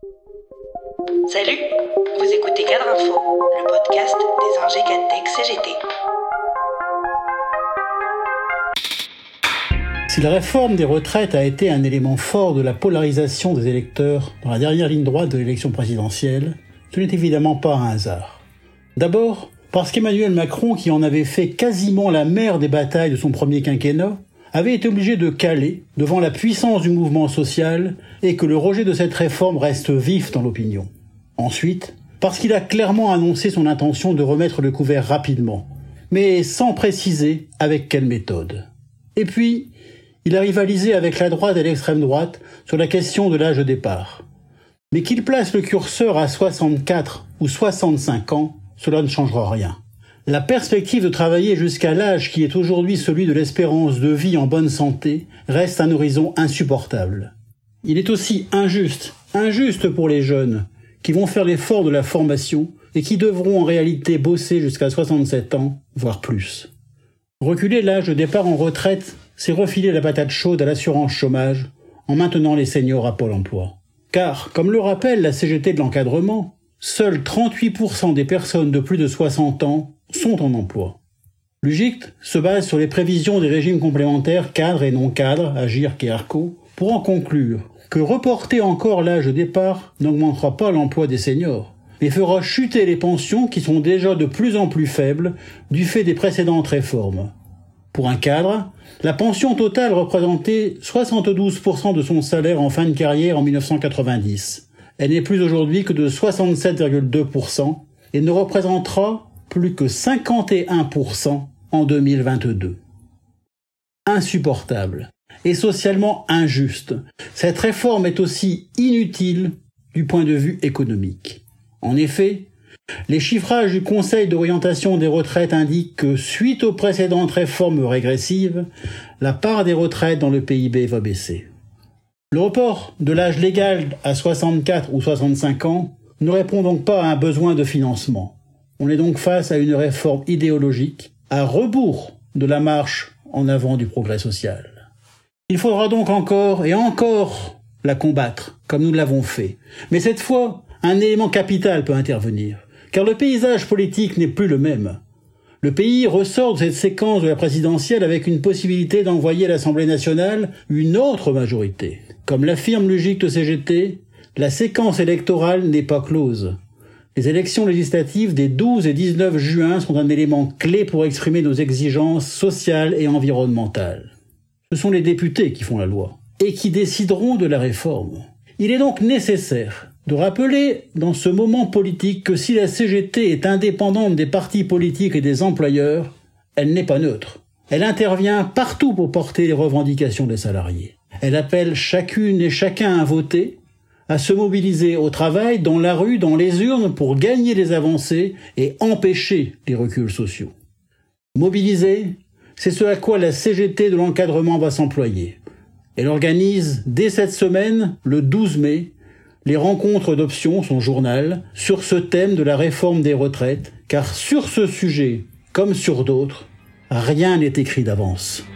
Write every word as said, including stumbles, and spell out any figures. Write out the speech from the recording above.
Salut, vous écoutez Cadre Info, le podcast des ingés Cadtech C G T. Si la réforme des retraites a été un élément fort de la polarisation des électeurs dans la dernière ligne droite de l'élection présidentielle, ce n'est évidemment pas un hasard. D'abord, parce qu'Emmanuel Macron, qui en avait fait quasiment la mère des batailles de son premier quinquennat, avait été obligé de caler devant la puissance du mouvement social et que le rejet de cette réforme reste vif dans l'opinion. Ensuite, parce qu'il a clairement annoncé son intention de remettre le couvert rapidement, mais sans préciser avec quelle méthode. Et puis, il a rivalisé avec la droite et l'extrême droite sur la question de l'âge de départ. Mais qu'il place le curseur à soixante-quatre ou soixante-cinq ans, cela ne changera rien. La perspective de travailler jusqu'à l'âge qui est aujourd'hui celui de l'espérance de vie en bonne santé reste un horizon insupportable. Il est aussi injuste, injuste pour les jeunes, qui vont faire l'effort de la formation et qui devront en réalité bosser jusqu'à soixante-sept ans, voire plus. Reculer l'âge de départ en retraite, c'est refiler la patate chaude à l'assurance chômage en maintenant les seniors à Pôle emploi. Car, comme le rappelle la C G T de l'encadrement, seuls trente-huit pour cent des personnes de plus de soixante ans sont en emploi. L'U G I C T se base sur les prévisions des régimes complémentaires cadres et non cadres, Agirc et Arco, pour en conclure que reporter encore l'âge de départ n'augmentera pas l'emploi des seniors, mais fera chuter les pensions qui sont déjà de plus en plus faibles du fait des précédentes réformes. Pour un cadre, la pension totale représentait soixante-douze pour cent de son salaire en fin de carrière en mille neuf cent quatre-vingt-dix. Elle n'est plus aujourd'hui que de soixante-sept virgule deux pour cent et ne représentera plus que cinquante et un pour cent en deux mille vingt-deux. Insupportable et socialement injuste, cette réforme est aussi inutile du point de vue économique. En effet, les chiffrages du Conseil d'orientation des retraites indiquent que, suite aux précédentes réformes régressives, la part des retraites dans le P I B va baisser. Le report de l'âge légal à soixante-quatre ou soixante-cinq ans ne répond donc pas à un besoin de financement. On est donc face à une réforme idéologique, à rebours de la marche en avant du progrès social. Il faudra donc encore et encore la combattre, comme nous l'avons fait. Mais cette fois, un élément capital peut intervenir, car le paysage politique n'est plus le même. Le pays ressort de cette séquence de la présidentielle avec une possibilité d'envoyer à l'Assemblée nationale une autre majorité. Comme l'affirme l'U G I C T C G T, la séquence électorale n'est pas close. Les élections législatives des douze et dix-neuf juin sont un élément clé pour exprimer nos exigences sociales et environnementales. Ce sont les députés qui font la loi et qui décideront de la réforme. Il est donc nécessaire de rappeler dans ce moment politique que si la C G T est indépendante des partis politiques et des employeurs, elle n'est pas neutre. Elle intervient partout pour porter les revendications des salariés. Elle appelle chacune et chacun à voter, à se mobiliser au travail, dans la rue, dans les urnes, pour gagner les avancées et empêcher les reculs sociaux. Mobiliser, c'est ce à quoi la C G T de l'encadrement va s'employer. Elle organise, dès cette semaine, le douze mai, les rencontres d'options, son journal, sur ce thème de la réforme des retraites, car sur ce sujet, comme sur d'autres, rien n'est écrit d'avance.